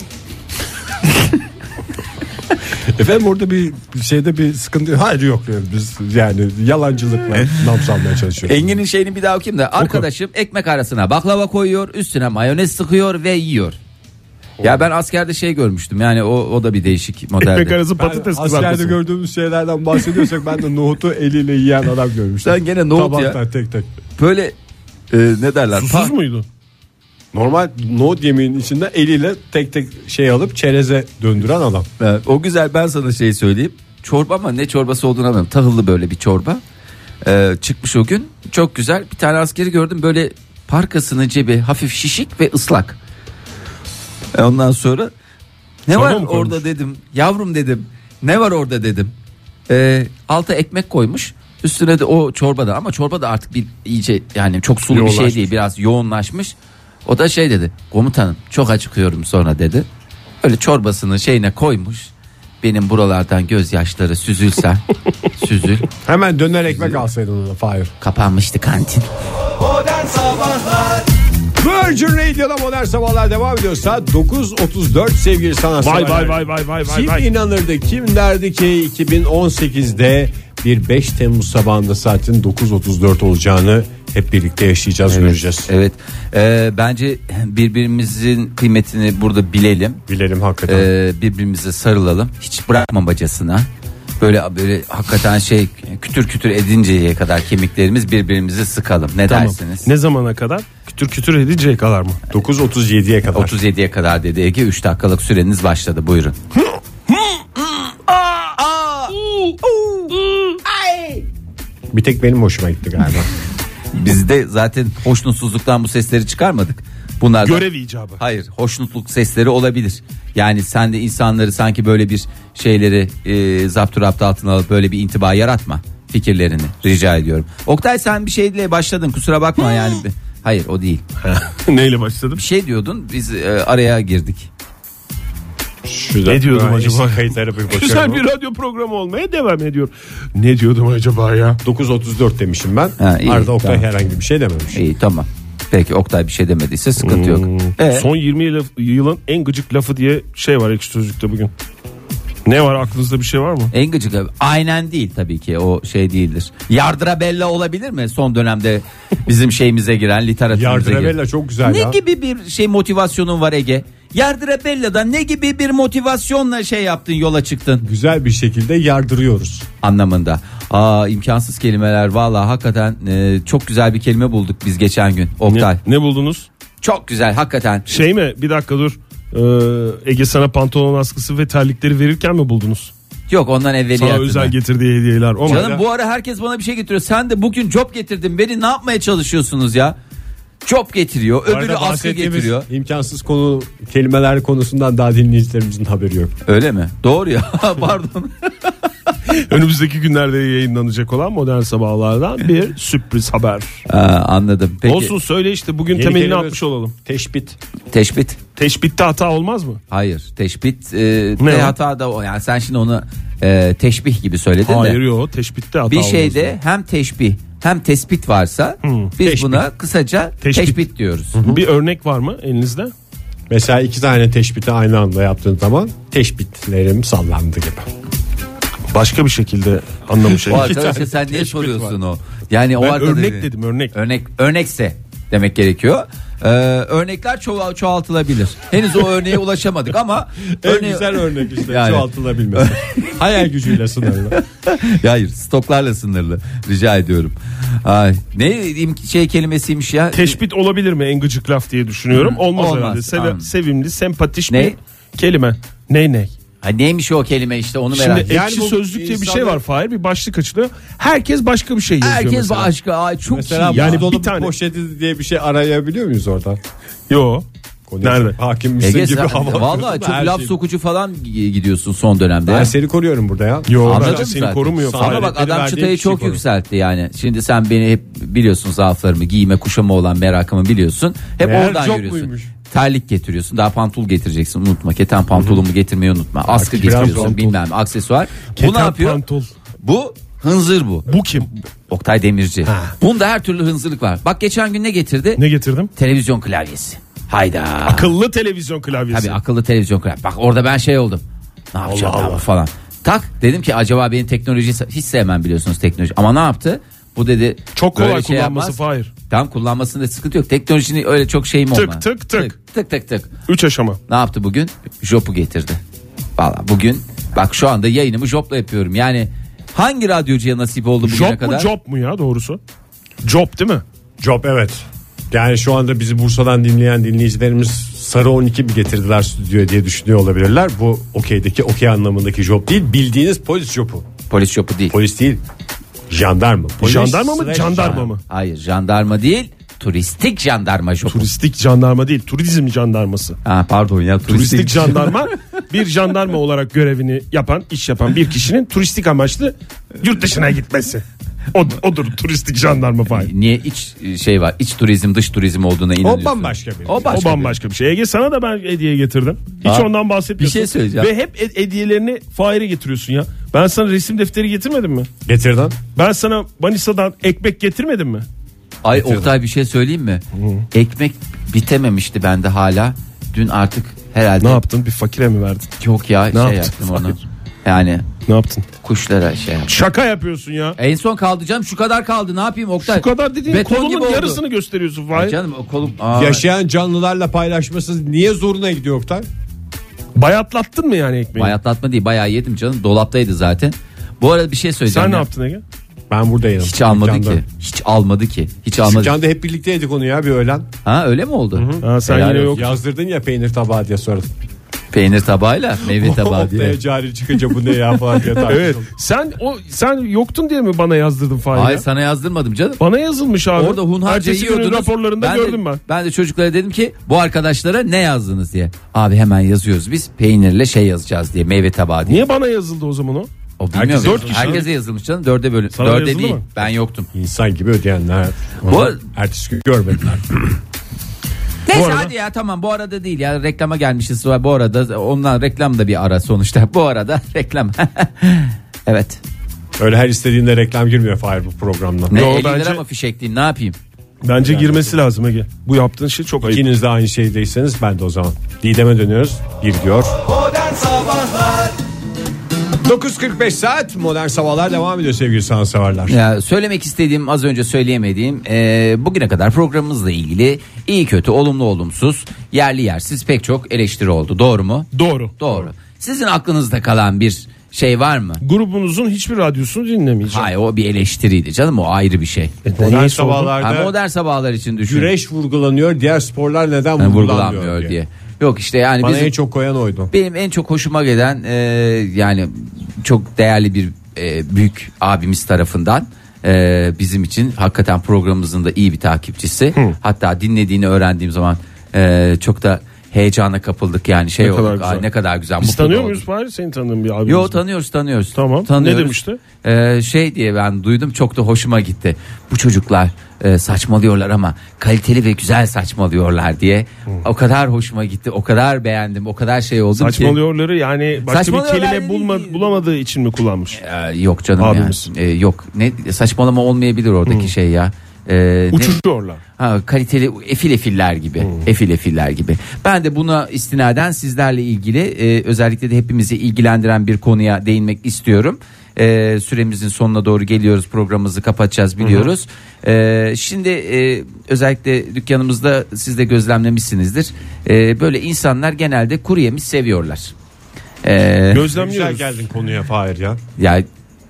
Efendim orada bir şeyde bir sıkıntı. Hayır yok yani biz yani yalancılıkla nam salmaya çalışıyoruz. Engin'in şeyini bir daha okuyayım da. Arkadaşım ekmek arasına baklava koyuyor, üstüne mayonez sıkıyor ve yiyor. Ya ben askerde şey görmüştüm. Yani o o da bir değişik modeldi. Ekmek arası patates Yani askerde kızartması. gördüğümüz şeylerden bahsediyorsak ben de nohutu eliyle yiyen adam görmüştüm. Sen gene nohut ya. Tabaktan tek tek. Böyle e, ne derler? Susuz Pa- muydu? Normal nohut yemeğinin içinde eliyle tek tek şey alıp çereze döndüren adam. E, o güzel, ben sana şey söyleyeyim. Çorba ama ne çorbası olduğunu anlamadım. Tahıllı böyle bir çorba. E, çıkmış o gün. Çok güzel. Bir tane askeri gördüm. Böyle parkasının cebi hafif şişik ve ıslak. E, ondan sonra ne Çorba var mı koymuş? orada dedim. Yavrum dedim. Ne var orada dedim. E, alta ekmek koymuş. Üstüne de o çorbada, ama çorba da artık bir iyice yani çok sulu bir şey Yoğunlaşmış. değil, biraz yoğunlaşmış. O da şey dedi, komutanım çok acıkıyorum sonra dedi. Öyle çorbasını şeyine koymuş. Benim buralardan gözyaşları süzülse süzül. Hemen döner ekmek alsaydın ona Fahir. Kapanmıştı kantin. Virgin Radio'da Modern Sabahlar devam ediyor. Saat dokuz otuz dört sevgili sanatseverler. Vay vay vay vay vay vay. Kim vay. inanırdı, kim derdi ki iki bin on sekizde bir beş Temmuz sabahında saatin dokuz otuz dört olacağını hep birlikte yaşayacağız, göreceğiz. Evet. Ee, bence birbirimizin kıymetini burada bilelim. Bilelim hakikaten. Ee, birbirimize sarılalım. Hiç bırakmamacasına. Böyle böyle hakikaten şey kütür kütür edinceye kadar kemiklerimiz birbirimizi sıkalım. Ne Tamam. dersiniz? Ne zamana kadar? Kütür kütür edinceye kadar mı? dokuz otuz yediye kadar. otuz yediye kadar dedi Ege. üç dakikalık süreniz başladı. Buyurun. Bir tek benim hoşuma gitti galiba. Biz de zaten hoşnutsuzluktan bu sesleri çıkarmadık. Bunlar da- Görev icabı. Hayır, hoşnutluk sesleri olabilir. Yani sen de insanları sanki böyle bir şeyleri e, zapturapt altına alıp böyle bir intiba yaratma fikirlerini, rica ediyorum. Oktay, sen bir şeyle başladın, kusura bakma yani. Hayır, o değil. Neyle başladım? Bir şey diyordun, biz e, araya girdik. Şurada Ne diyordum ben acaba? eski kayıtlara bir bakıyorum. Güzel bir radyo programı olmaya devam ediyor. Ne diyordum acaba ya? dokuz otuz dört demişim ben. Ha, iyi, Arada Oktay tamam. herhangi bir şey dememiş. İyi, tamam. Peki Oktay bir şey demediyse sıkıntı yok. Ee, Son yirmi yıl- yılın en gıcık lafı diye şey var Ekşi Sözlük'te bugün. Ne var, aklınızda bir şey var mı? en gıcık aynen değil tabii ki, o şey değildir. Yardırabella olabilir mi son dönemde bizim şeyimize giren, literatürümüze giren? Yardırabella çok güzel Ne ya. gibi bir şey motivasyonun var Ege? Yardırabella'dan ne gibi bir motivasyonla şey yaptın, yola çıktın Güzel bir şekilde yardırıyoruz. anlamında. Aa, imkansız kelimeler, vallahi hakikaten e, çok güzel bir kelime bulduk biz geçen gün Oktay. Ne, ne buldunuz? Çok güzel hakikaten. Şey mi? Bir dakika dur. Ee, Ege sana pantolon askısı ve terlikleri verirken mi buldunuz? Yok, ondan Sana evveliyatında. özel getirdiği hediyeler. O mu? Canım bu ara herkes bana bir şey getiriyor. Sen de bugün job getirdin. Beni ne yapmaya çalışıyorsunuz ya? Job getiriyor, Bu arada öbürü askı bahsettiğimiz getiriyor. İmkansız konu kelimeler konusundan daha dinleyicilerimizin haberi yok. Öyle mi? Doğru ya. Pardon. Önümüzdeki günlerde yayınlanacak olan Modern Sabahlar'dan bir sürpriz haber. Aa, anladım. Peki. Olsun, söyle işte, bugün Yeni temelini kelime- atmış olalım. Teşbit. Teşbit. Teşbitte hata olmaz mı? Hayır. Teşbit. E, Ne de o? hata da o. Yani sen şimdi onu e, teşbih gibi söyledin Hayır, de. yok, teşbitte hata Bir olmaz. şeyde hem teşbih hem tespit varsa biz Teşbih. buna kısaca Teşbit. teşbit, diyoruz. Bir örnek var mı elinizde? Mesela iki tane teşbiti aynı anda yaptığın zaman teşbitlerim sallandı gibi. Başka bir şekilde anlamış. O arkadaşa sen niye teşbit soruyorsun o? Yani o Ben arkadaş- örnek dedim, örnek. Örnek örnekse demek gerekiyor. Ee, örnekler ço- çoğaltılabilir. Henüz o örneğe ulaşamadık ama En örneği... güzel örnek işte Yani. çoğaltılabilmesi. Hayal gücüyle sınırlı. Hayır, stoklarla sınırlı. Rica ediyorum. Ay, ne im- şey kelimesiymiş ya? Teşbit olabilir mi en gıcık laf diye düşünüyorum. Olmaz, Olmaz, herhalde. Seve- tamam. Sevimli, sempatiş Ne? bir kelime. Ney ney? Ha, neymiş o kelime işte onu Şimdi merak ediyorum. ekşi bu sözlük diye bir şey insanlar- var Fahir. Bir başlık açılıyor. Herkes başka bir şey yazıyor Herkes mesela. başka. Ay, çok Mesela iyi. Yani yani bir bir tane- poşeti diye bir şey arayabiliyor muyuz oradan? Yo. Nerede? Hakimmişsin Ege gibi sen, hava. vallahi çok Her laf şey- sokucu falan gidiyorsun son dönemde. Ben ya. seni koruyorum burada ya. Yo, Anladım bence seni zaten. korumuyor. Sana Ama Fahir. bak Beni adam verdiğin çıtayı kişiyi çok koru. yükseltti yani. Şimdi sen beni hep biliyorsun, zaaflarımı, giyime kuşama olan merakımı biliyorsun. Hep Meğer oradan job görüyorsun. muymuş? Terlik getiriyorsun. Daha pantul getireceksin, unutma. Keten pantolumu getirmeyi unutma. Askı biraz getiriyorsun, pantol. bilmem aksesuar. Bu Keten ne yapıyor? pantol. Bu hınzır bu. Bu kim? Oktay Demirci. Bunda her türlü hınzırlık var. Bak geçen gün ne getirdi? Ne getirdim? Televizyon klavyesi. Hayda. Akıllı televizyon klavyesi. Tabii akıllı televizyon klavyesi. Bak orada ben şey oldum. Ne yapacağım Allah ben Allah. bu falan. Tak dedim ki acaba benim teknolojiyi hiç sevmem biliyorsunuz teknoloji. Ama ne yaptı? Bu dedi Çok böyle kolay şey kullanması yapmaz. Fahir. Tam kullanmasında sıkıntı yok. Teknolojinin öyle çok şeyim Tık, olma. tık, tık. Tık tık tık. Üç aşama. Ne yaptı bugün? Jop'u getirdi. Valla bugün bak şu anda yayınımı Jop'la yapıyorum. Yani hangi radyocuya nasip oldu bugüne Job mu kadar? job mu ya doğrusu? Job değil mi? Job evet. Yani şu anda bizi Bursa'dan dinleyen dinleyicilerimiz sarı on iki mi getirdiler stüdyoya diye düşünüyor olabilirler. Bu okeydeki okey anlamındaki job değil, bildiğiniz polis jobu. Polis Jop'u değil. Polis değil. Jandarma. Polis Jandarma mı slash jandarma mı? Hayır, jandarma değil. Turistik jandarma Jop'u. Turistik jandarma değil, turizm jandarması. Ha, pardon ya, turistik, Turistik jandarma bir jandarma olarak görevini yapan, iş yapan bir kişinin turistik amaçlı yurt dışına gitmesi. O, odur turistik jandarma Fahir. Niye iç şey var, iç turizm dış turizm olduğuna inanıyorsun? O bambaşka bir. O başka O bambaşka bir şey. Ege sana da ben hediye getirdim. Hiç Ha, ondan bahsetmiyorsun. bir şey söyleyeceğim. Ve hep ed- hediyelerini Fahir'e getiriyorsun ya. Ben sana resim defteri getirmedim mi? Getirdin. Ben sana Manisa'dan ekmek getirmedim mi? Ay Getirdim. Oktay bir şey söyleyeyim mi? Ekmek bitememişti bende hala. Dün artık herhalde Ne yaptın? Bir fakire mi verdin? yok ya şey yaptın? yaptım onu. Yani Ne yaptın? kuşlara şey yaptım. Şaka yapıyorsun ya. En son kaldı canım, şu kadar kaldı, ne yapayım Oktay? Şu kadar dediğin Beton gibi kolunun oldu. yarısını gösteriyorsun Ay Fahir. canım o kolum. Aa, Yaşayan canlılarla paylaşması niye zoruna gidiyor Oktay? Bayatlattın mı yani ekmeği? bayatlatma değil, bayağı yedim canım, dolaptaydı zaten. Bu arada bir şey söyleyeceğim. Sen ne ya. yaptın Ege? Ben buradayım. Hiç almadı Dükkanda. ki. Hiç almadı ki. Hiç almadı. Dükkanda hep birlikte yedik onu ya bir öğlen. Ha öyle mi oldu? Ha, sen Helal yine olsun. yok. Yazdırdın ya peynir tabağı diye sordum. Peynir tabağıyla meyve tabağı diye. Oktay'a cari çıkınca bu ne ya falan diye tartışalım. Evet. Sen o sen yoktun diye mi bana yazdırdın Fahir? Hayır ya? sana yazdırmadım canım. Bana yazılmış abi. Orada hunharca Ertesi günün yiyordunuz. raporlarında ben gördüm de, ben. Ben de çocuklara dedim ki bu arkadaşlara ne yazdınız diye. Abi hemen yazıyoruz biz, peynirle şey yazacağız diye, meyve tabağı diye. Niye bana yazıldı o zaman o? O bilmiyorum. dört kişi. Herkese yazılmış canım, dörde bölün. Sana Dörde yazıldı değil. mı? Ben yoktum. İnsan gibi ödeyenler. Bu- Ertesi gün görmediler. Neyse arada- hadi ya, tamam, bu arada değil ya, reklama gelmişiz bu arada, ondan reklam da bir ara sonuçta, bu arada reklam. Evet. Öyle her istediğinde reklam girmiyor Fahir bu programdan. Ne Yo, elli lira bence- mı fişekliğin, ne yapayım? Bence girmesi lazım Ege. Bu yaptığın şey çok ayıp. İkiniz de aynı şeydeyseniz ben de o zaman. Didem'e dönüyoruz. Bir diyor. dokuz kırk beş saat Modern Sabahlar devam ediyor sevgili sanatseverler. Ya söylemek istediğim, az önce söyleyemediğim, e, bugüne kadar programımızla ilgili iyi kötü, olumlu olumsuz, yerli yersiz pek çok eleştiri oldu. Doğru mu? Doğru. Doğru. Sizin aklınızda kalan bir şey var mı? Grubunuzun hiçbir radyosunu dinlemeyeceğim. Hayır, o bir eleştiriydi canım, o ayrı bir şey. Modern Neyi sordun? Ha, Sabahlar'da modern sabahlar için düşün. güreş vurgulanıyor. Diğer sporlar neden Ha, vurgulanmıyor, vurgulanmıyor diye. diye. Yok işte yani Bana bizim, en çok koyan oydu. benim en çok hoşuma gelen e, yani çok değerli bir e, büyük abimiz tarafından e, bizim için hakikaten programımızın da iyi bir takipçisi. Hatta dinlediğini öğrendiğim zaman e, çok da heyecana kapıldık yani, şey Ne kadar olduk. güzel. Aa, ne kadar güzel. Biz mutlu da tanıyor olduk. muyuz Fahir? Seni tanıdığım bir abimiz. Yo, mi? tanıyoruz tanıyoruz. Tamam. Tanıyoruz. Ne demişti? Ee, şey diye ben duydum, çok da hoşuma gitti. Bu çocuklar e, saçmalıyorlar ama kaliteli ve güzel saçmalıyorlar diye. O kadar hoşuma gitti, o kadar beğendim, o kadar şey oldum ki. Saçmalıyorları yani başka bir Saçmalıyorlar kelime değil. bulma, bulamadığı için mi kullanmış? Ee, yok canım Abimiz. yani. Ee, yok ne saçmalama olmayabilir oradaki şey ya. Ee, ne- Uçuşuyorlar. Ha, kaliteli efil efiller gibi. Efil efiller gibi. Ben de buna istinaden sizlerle ilgili e, özellikle de hepimizi ilgilendiren bir konuya değinmek istiyorum. Ee, süremizin sonuna doğru geliyoruz, programımızı kapatacağız biliyoruz. Ee, şimdi e, özellikle dükkanımızda siz de gözlemlemişsinizdir. Ee, böyle insanlar genelde kuru yemiş seviyorlar. Ee, Gözlemliyoruz. Güzel geldin konuya Fahir ya. ya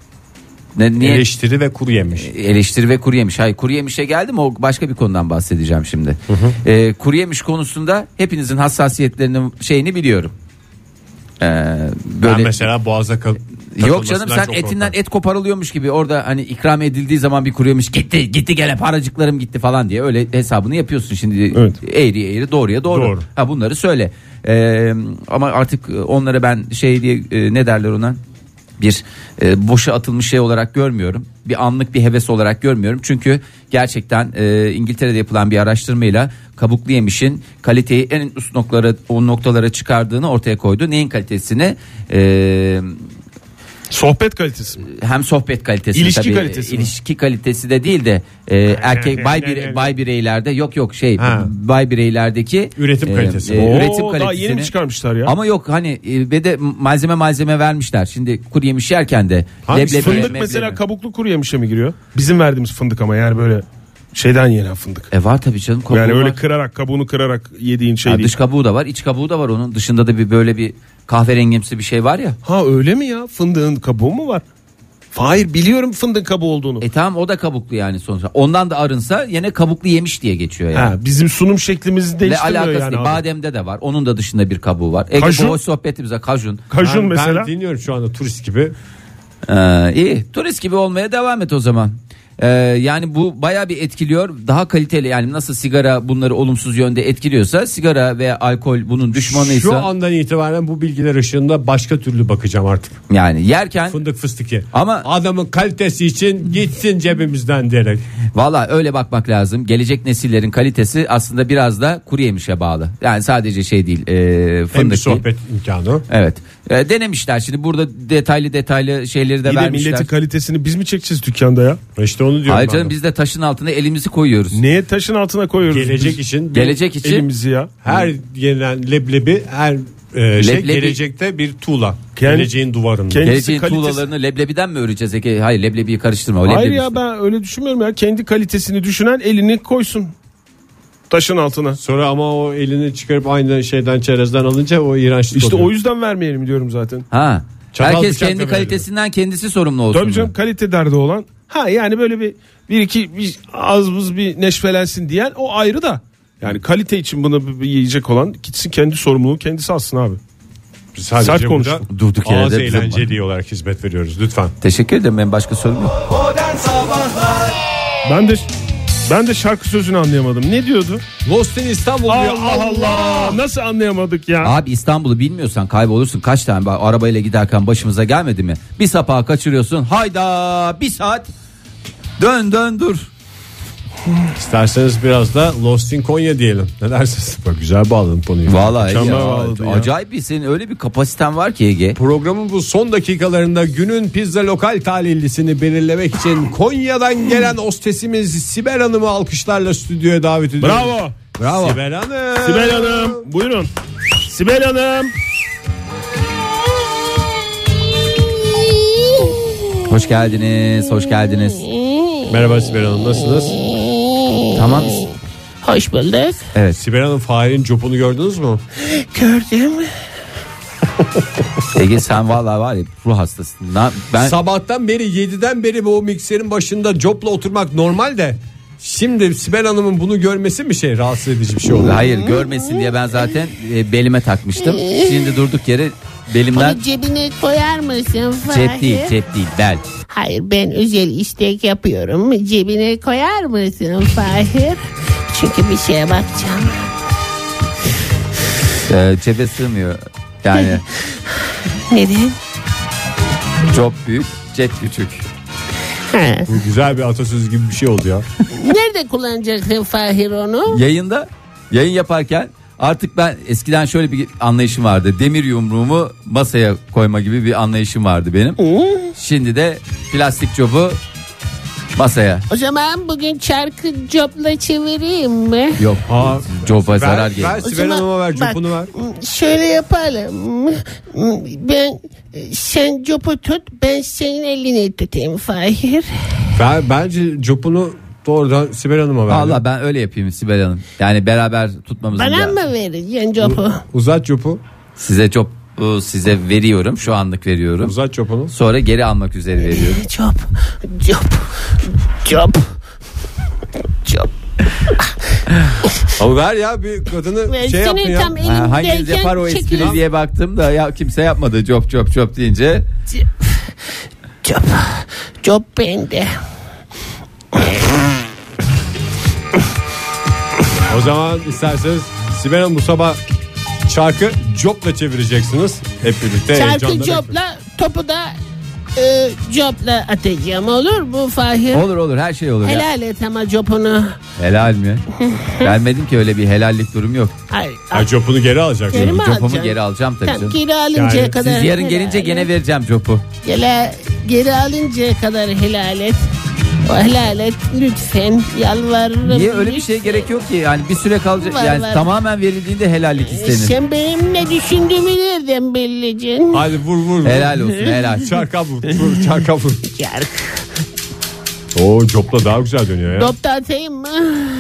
ne, niye? Eleştiri ve kuru yemiş. Eleştiri ve kuru yemiş. Hayır, kuru yemişe geldim, o başka bir konudan bahsedeceğim şimdi. Hı hı. Ee, kuru yemiş konusunda hepinizin hassasiyetlerinin şeyini biliyorum. Ee, böyle... Ben mesela boğaza kal- Yok canım, sen etinden korkar. Et koparılıyormuş gibi orada hani ikram edildiği zaman bir kuru yemiş gitti gitti gele paracıklarım gitti falan diye öyle hesabını yapıyorsun şimdi. Evet. Eğri eğri doğruya doğru. doğru. Ha, bunları söyle. Ee, ama artık onlara ben şey diye e, ne derler ona? Bir e, boşa atılmış şey olarak görmüyorum. Bir anlık bir heves olarak görmüyorum. Çünkü gerçekten e, İngiltere'de yapılan bir araştırmayla kabuklu yemişin kaliteyi en üst noktalara, o noktalara çıkardığını ortaya koydu. Neyin kalitesini? E, Sohbet kalitesi mi? Hem sohbet kalitesi, İlişki tabii, kalitesi mi? ilişki kalitesi de değil de e, erkek bay bir, bay bireylerde yok yok şey ha. bay bireylerdeki üretim kalitesi. E, Oo, üretim kalitesini. Daha yeni mi çıkarmışlar ya? Ama yok hani e, ve de malzeme malzeme vermişler. Şimdi kuru yemiş yerken de leblebi, fındık meblebe. Mesela kabuklu kuru yemişe mi giriyor? Bizim verdiğimiz fındık ama yani böyle şeyden yenen fındık. E var tabii canım. Yani öyle var. kırarak kabuğunu kırarak yediğin şey ha, değil. Dış kabuğu da var, iç kabuğu da var, onun dışında da bir böyle bir kahverengimsi bir şey var ya. Ha öyle mi ya? Fındığın kabuğu mu var? Hayır, biliyorum fındık kabuğu olduğunu. E tamam, o da kabuklu yani sonuçta. Ondan da arınsa yine kabuklu yemiş diye geçiyor yani. Ha, bizim sunum şeklimizi değiştirmiyor alakası yani. Değil. Bademde de var. Onun da dışında bir kabuğu var. Ege Kajun? bu hoş sohbetimize kajun. Kajun ben, mesela. Ben dinliyorum şu anda turist gibi. Ee, iyi. Turist gibi olmaya devam et o zaman. Ee, yani bu bayağı bir etkiliyor. Daha kaliteli, yani nasıl sigara bunları olumsuz yönde etkiliyorsa, sigara ve alkol bunun düşmanıysa. Şu andan itibaren bu bilgiler ışığında başka türlü bakacağım artık. Yani yerken fındık fıstık ye. Ama adamın kalitesi için gitsin cebimizden diyerek. Valla öyle bakmak lazım. Gelecek nesillerin kalitesi aslında biraz da kuru yemişe bağlı. Yani sadece şey değil. E, fındık Hem bir sohbet değil. imkanı. Evet. E, denemişler şimdi burada detaylı detaylı şeyleri de İyi vermişler. de milletin kalitesini biz mi çekeceğiz dükkanda ya? İşte onu diyorum. Hayır canım, biz de taşın altına elimizi koyuyoruz. Neye taşın altına koyuyoruz? Gelecek biz? için. Gelecek için. Elimizi ya. Her yenen leblebi, her e, şey Leblebi- gelecekte bir tuğla. Kend- Geleceğin duvarında. Kendisi Geleceğin kalitesi- tuğlalarını leblebiden mi öreceğiz Ege? Hayır, leblebiyi karıştırma. O Hayır leblebi ya, işte. ben öyle düşünmüyorum ya. Kendi kalitesini düşünen elini koysun taşın altına. Sonra ama o elini çıkarıp aynı şeyden, çerezden alınca o iğrençlik İşte oluyor. o yüzden vermeyelim diyorum zaten. Ha. Çatal Herkes bıçak kendi da kalitesinden kendisi sorumlu olsun. Tabii canım, kalite derdi olan. Ha yani böyle bir bir iki bir ağzımız bir neşvelensin diyen o ayrı da. Yani kalite için bunu bir- bir yiyecek olan gitsin kendi sorumluluğu kendisi alsın abi. Biz sadece Sert burada konuştum. Durduk yere ağız de bizim eğlenceliği olarak hizmet veriyoruz lütfen. Teşekkür ederim, benim başka sorum yok. Ben de ben de şarkı sözünü anlayamadım. Ne diyordu? Lost in İstanbul diyor. Allah Allah. Nasıl anlayamadık ya? Abi İstanbul'u bilmiyorsan kaybolursun. Kaç tane bak, arabayla giderken başımıza gelmedi mi? Bir sapağı kaçırıyorsun. Hayda, bir saat dön dön dur. İsterseniz biraz da Lost in Konya diyelim. Ne dersiniz? Bak, güzel bağladın konuyu. Vallahi Mükemmel ya, bağladı ya. acayip bir, senin öyle bir kapasiten var ki Ege. Programın bu son dakikalarında günün pizza lokal talihlisini belirlemek için Konya'dan gelen hostesimiz Sibel Hanım'ı alkışlarla stüdyoya davet ediyoruz. Bravo. Bravo. Sibel Hanım. Sibel Hanım buyurun. Sibel Hanım. Hoş geldiniz, hoş geldiniz. Merhaba Sibel Hanım, nasılsınız? Tamam. Hoş bulduk. Evet. Sibel Hanım, Fahir'in copunu gördünüz mü? Gördüm. Ege sen vallahi var ya, ruh hastasın. Na- Ben Sabahtan beri, yediden beri bu mikserin başında copla oturmak normal de şimdi Sibel Hanım'ın bunu görmesi mi şey, rahatsız edici bir şey oldu? hayır, görmesin diye ben zaten e, belime takmıştım. Şimdi durduk yere belimden, Onu cebine koyar mısın Fahir? cep değil, cep değil, bel. Hayır, ben özel istek yapıyorum. Cebine koyar mısın Fahir? Çünkü bir şeye bakacağım. Ee, cebe sığmıyor. Yani Neden? çok büyük, cep küçük. Ha. Bu güzel bir atasözü gibi bir şey oldu ya. Nerede kullanacaksın Fahir onu? Yayında, yayın yaparken artık ben eskiden şöyle bir anlayışım vardı. Demir yumruğumu masaya koyma gibi bir anlayışım vardı benim. Şimdi de plastik cobu masaya. O zaman bugün çarkı copla çevireyim mi? Yok. Aa, Copa zarar ver, gelir. ver O Sibel zaman Hanım'a ver, bak, copunu ver. Şöyle yapalım. Ben sen copu tut, ben senin elini tutayım Fahir. Ben, bence copunu doğrudan Sibel Hanım'a ver. Valla ben öyle yapayım Sibel Hanım. Yani beraber tutmamızın Bana da- mı vereceksin copu? Uzat copu. Size cop size veriyorum. Şu anlık veriyorum. Uzat copunu. Sonra geri almak üzere veriyorum. Cop, cop, cop, cop. Ama ver ya, bir kadını Ve şey yaptın senin ya. tam Ha, hanginiz elimdeyken yapar o espri çekil. diye baktım da ya kimse yapmadı. Cop cop cop deyince. Cop, cop bende. O zaman isterseniz Sibel Hanım bu sabah çarkı copla çevireceksiniz. Hep birlikte Çarkı heyecanla copla, topu da e, copla atacağım, olur mu Fahir? Olur olur her şey olur ya. Helal et ama copunu. Helal mi? Vermedim ki, öyle bir helallik durum yok. Ay, Ha, copunu geri alacaksın. Geri mi Copumu alacaksın? geri alacağım tabii Tamam, canım. geri alıncaya Yani kadar. Siz yarın helal gelince et. gene vereceğim copu. Gele, geri alıncaya kadar helal et. O helal et lütfen, yalvarırım. Niye, öyle bir şey lütfen. gerek yok ki. Yani bir süre kalacak. Var, Yani var. tamamen verildiğinde helallik istenir. Sen benim ne düşündüğümü nereden bileceksin? Hadi vur vur. vur. Helal olsun helal. Çarka vur. vur çarka vur. Çark. Oo, copla daha güzel dönüyor ya. Topta atayım mı?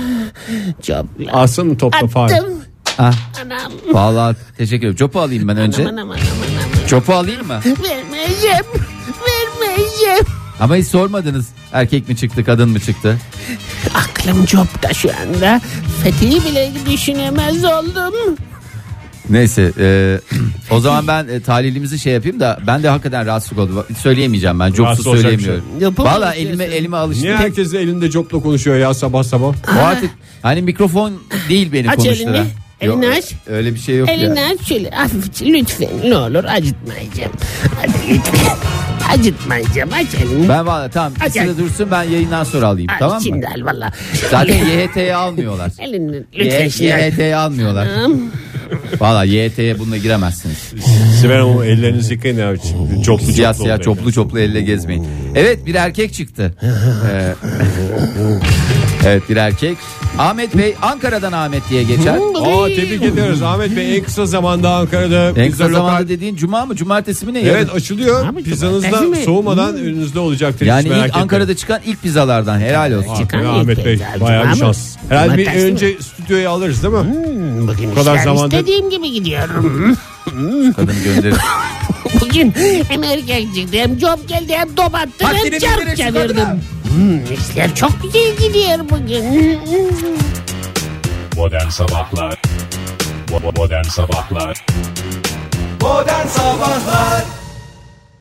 Copla. Alsın mı topla Fahir? Attım. Ah, Anam. vallahi teşekkür ederim. Copu alayım ben önce. Anam, anam, anam, anam. Copu alayım mı? Vermeyeceğim. Vermeyeceğim. Ama hiç sormadınız. Erkek mi çıktı, kadın mı çıktı? Aklım copta şu anda. Fethi'yi bile düşünemez oldum. Neyse e, o zaman ben e, tahlilimizi şey yapayım da ben de hakikaten rahatsız oldum. Söyleyemeyeceğim ben. Copsu Rahatsız olacak söyleyemiyorum. bir şey. Yapamam Valla istiyorsun. elime elime alıştım. Niye herkes de elinde copla konuşuyor ya sabah sabah? O artık hani mikrofon değil beni Aç konuşturan. elini. Yok, Elini aç. öyle bir şey yok Elini ya. aç şöyle hafifçe lütfen, ne olur acıtmayacağım. Hadi lütfen. Acıtmayacağım, aç elini. Ben valla tamam Aç, ikisi de aç. dursun, ben yayından sonra alayım, Ay, tamam mı? Şimdi al valla. Zaten Y H T'ye almıyorlar. Elini lütfen. Y- şimdi al. YHT'ye almıyorlar. Tamam. Valla Y H T'ye bununla giremezsiniz. Sibel Hanım ellerinizi yıkayın ya. Coplu Siyah coplu siyah oldu çoplu çoplu elle gezmeyin. Evet, bir erkek çıktı. Ee, evet, bir erkek. Ahmet Bey, Ankara'dan Ahmet diye geçer. Aa, tebrik ediyoruz Ahmet Bey, en kısa zamanda Ankara'da En pizza kısa lokal. zamanda dediğin cuma mı, cumartesi mi ne? Evet, Yarın. açılıyor. Abi, Pizzanız cumartesi da mi? soğumadan önünüzde olacaktır. Yani hiç merak ilk etmeyin. Ankara'da çıkan ilk pizzalardan, helal olsun. Aferin Çıkan Ahmet ilk Bey, pizza. bayağı bir Cuma mı? şans. Herhalde bir Cumartesi mi? önce stüdyoya alırız değil mi? Bugün Bu kadar işler zamandır- istediğim gibi gidiyorum. Kadını gönderin. Bugün hem erkek çıktı, hem job geldi, hem top attı, hem Haddini çarp bildirin şu çevirdim. kadına. Hmm, işler çok güzel gidiyor bugün. Modern Sabahlar Bo- Modern Sabahlar Modern Sabahlar